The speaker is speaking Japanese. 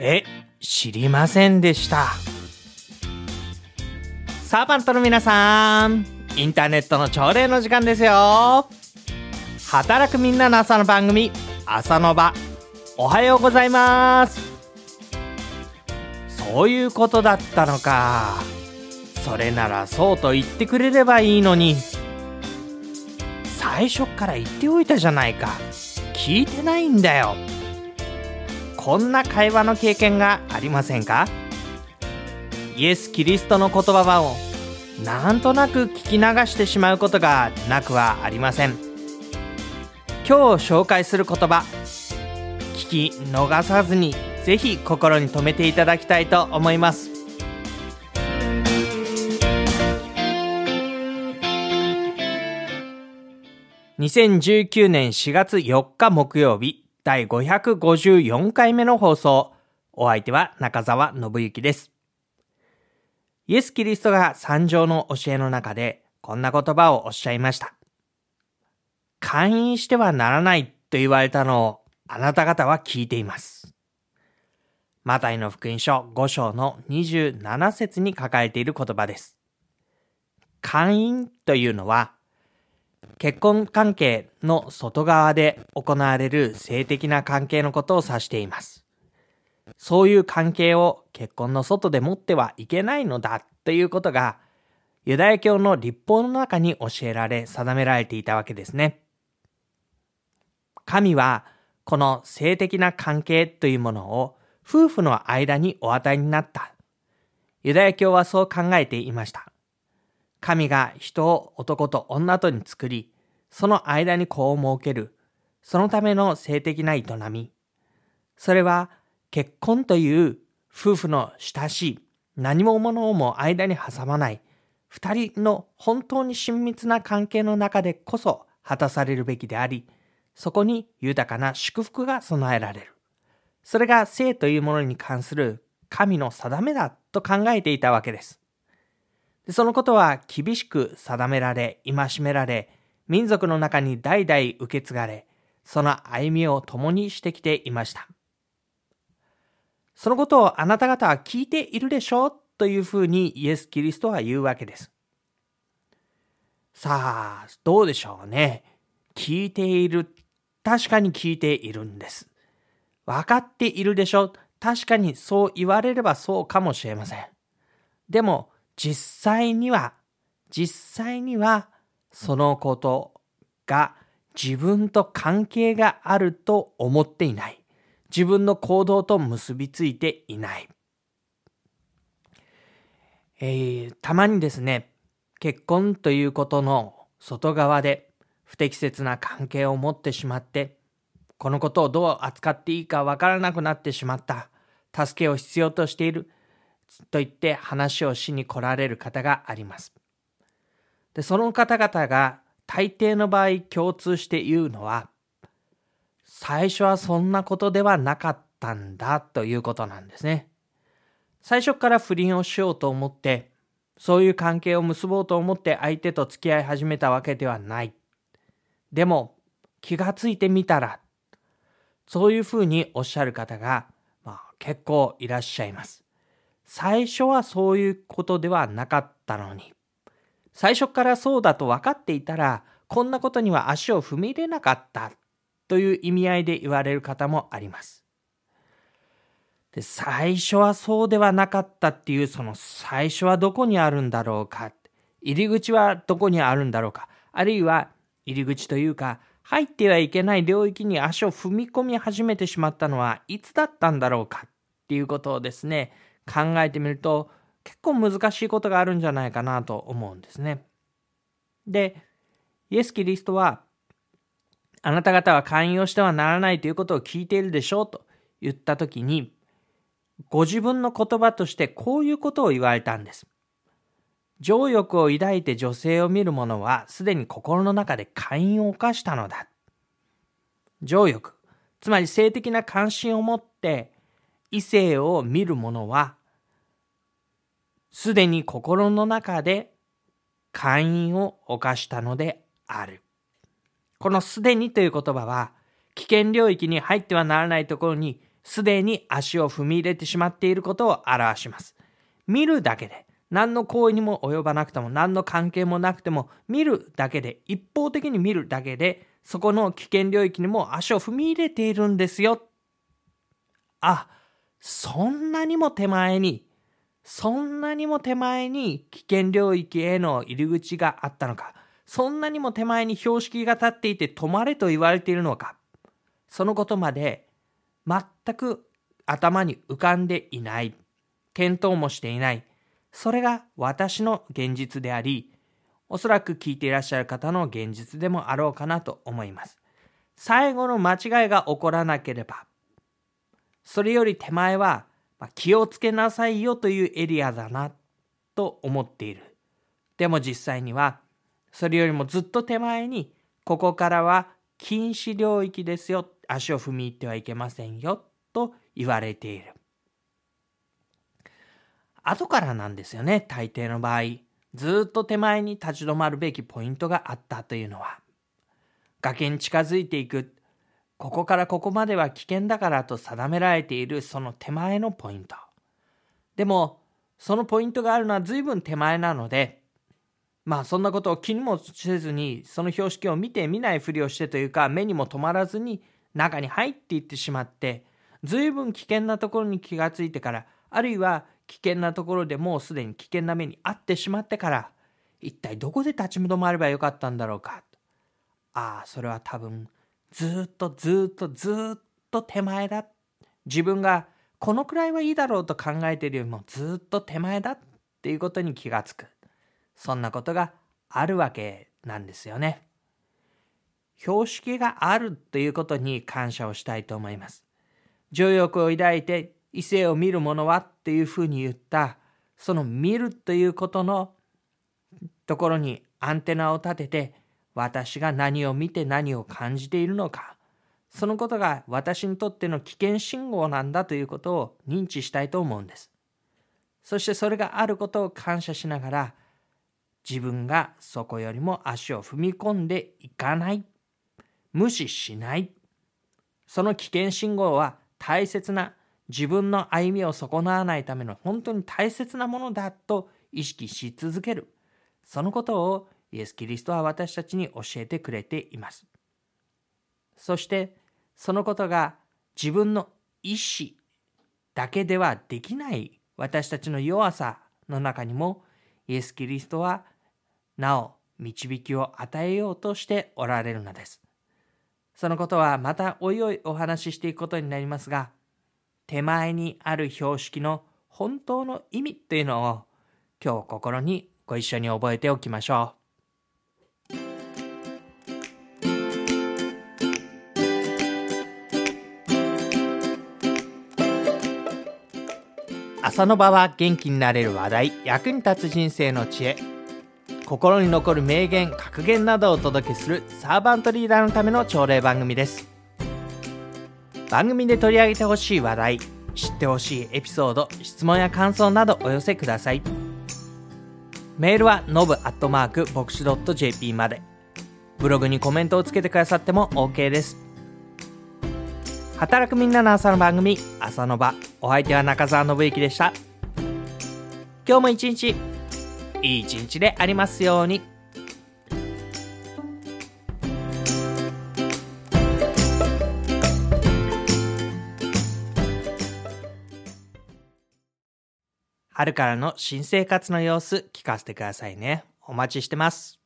知りませんでした。サーバントの皆さん、インターネットの朝礼の時間ですよ。働くみんなの朝の番組、朝の場、おはようございます。そういうことだったのか。それならそうと言ってくれればいいのに。最初から言っておいたじゃないか。聞いてないんだよ。こんな会話の経験がありませんか？イエス・キリストの言葉をなんとなく聞き流してしまうことがなくはありません。今日紹介する言葉、聞き逃さずにぜひ心に留めていただきたいと思います。2019年4月4日木曜日、第554回目の放送。お相手は中澤信之です。イエス・キリストが三条の教えの中でこんな言葉をおっしゃいました。姦淫してはならないと言われたのをあなた方は聞いています。マタイの福音書5章の27節に書かれている言葉です。姦淫というのは結婚関係の外側で行われる性的な関係のことを指しています。そういう関係を結婚の外で持ってはいけないのだということがユダヤ教の律法の中に教えられ定められていたわけですね。神はこの性的な関係というものを夫婦の間にお与えになった。ユダヤ教はそう考えていました。神が人を男と女とに作り、その間に子を設ける。そのための性的な営み。それは結婚という夫婦の親しい、何も物も間に挟まない二人の本当に親密な関係の中でこそ果たされるべきであり、そこに豊かな祝福が備えられる。それが性というものに関する神の定めだと考えていたわけです。そのことは厳しく定められ、戒められ、民族の中に代々受け継がれ、その歩みを共にしてきていました。そのことをあなた方は聞いているでしょうというふうにイエス・キリストは言うわけです。さあ、どうでしょうね。聞いている。確かに聞いているんです。分かっているでしょう。確かにそう言われればそうかもしれません。でも、実際にはそのことが自分と関係があると思っていない。自分の行動と結びついていない。たまにですね、結婚ということの外側で不適切な関係を持ってしまって、このことをどう扱っていいかわからなくなってしまった。助けを必要としている。と言って話をしに来られる方があります。で、その方々が大抵の場合共通して言うのは、最初はそんなことではなかったんだということなんですね。最初から不倫をしようと思って、そういう関係を結ぼうと思って相手と付き合い始めたわけではない。でも気がついてみたら、そういうふうにおっしゃる方が、結構いらっしゃいます。最初はそういうことではなかったのに、最初からそうだと分かっていたら、こんなことには足を踏み入れなかったという意味合いで言われる方もあります。で、最初はそうではなかったっていう、その最初はどこにあるんだろうか、入り口はどこにあるんだろうか、あるいは入り口というか、入ってはいけない領域に足を踏み込み始めてしまったのはいつだったんだろうかっていうことをですね、考えてみると結構難しいことがあるんじゃないかなと思うんですね。で、イエス・キリストはあなた方は姦淫をしてはならないということを聞いているでしょうと言ったときに、ご自分の言葉としてこういうことを言われたんです。情欲を抱いて女性を見る者はすでに心の中で姦淫を犯したのだ。情欲、つまり性的な関心を持って異性を見る者はすでに心の中で姦淫を犯したのである。このすでにという言葉は危険領域に入ってはならないところにすでに足を踏み入れてしまっていることを表します。見るだけで、何の行為にも及ばなくても、何の関係もなくても、見るだけで、一方的に見るだけで、そこの危険領域にも足を踏み入れているんですよ。そんなにも手前に危険領域への入り口があったのか。そんなにも手前に標識が立っていて止まれと言われているのか。そのことまで全く頭に浮かんでいない。検討もしていない。それが私の現実であり、おそらく聞いていらっしゃる方の現実でもあろうかなと思います。最後の間違いが起こらなければ、それより手前は気をつけなさいよというエリアだなと思っている。でも実際にはそれよりもずっと手前に、ここからは禁止領域ですよ、足を踏み入ってはいけませんよと言われている。後からなんですよね。大抵の場合、ずっと手前に立ち止まるべきポイントがあったというのは、崖に近づいていく、ここからここまでは危険だからと定められているその手前のポイント。でもそのポイントがあるのは随分手前なので、そんなことを気にもせずに、その標識を見て見ないふりをしてというか、目にも留まらずに中に入っていってしまって、随分危険なところに気がついてから、あるいは危険なところでもうすでに危険な目に遭ってしまってから、一体どこで立ち止まればよかったんだろうか。それは多分ずっと手前だ。自分がこのくらいはいいだろうと考えているよりもずっと手前だっていうことに気がつく。そんなことがあるわけなんですよね。標識があるということに感謝をしたいと思います。情欲を抱いて異性を見る者はっていうふうに言った、その見るということのところにアンテナを立てて、私が何を見て何を感じているのか、そのことが私にとっての危険信号なんだということを認知したいと思うんです。そしてそれがあることを感謝しながら、自分がそこよりも足を踏み込んでいかない、無視しない、その危険信号は大切な、自分の歩みを損なわないための本当に大切なものだと意識し続ける。そのことをイエス・キリストは私たちに教えてくれています。そしてそのことが自分の意志だけではできない私たちの弱さの中にも、イエス・キリストはなお導きを与えようとしておられるのです。そのことはまたおいおいお話ししていくことになりますが、手前にある標識の本当の意味というのを今日心にご一緒に覚えておきましょう。朝の場は元気になれる話題、役に立つ人生の知恵、心に残る名言、格言などをお届けするサーバントリーダーのための朝礼番組です。番組で取り上げてほしい話題、知ってほしいエピソード、質問や感想などお寄せください。メールはnob@boxu.jp まで。ブログにコメントをつけてくださっても OK です。働くみんなの朝の番組、朝の場。お相手は中澤信之でした。今日も一日いい一日でありますように。春からの新生活の様子聞かせてくださいね。お待ちしてます。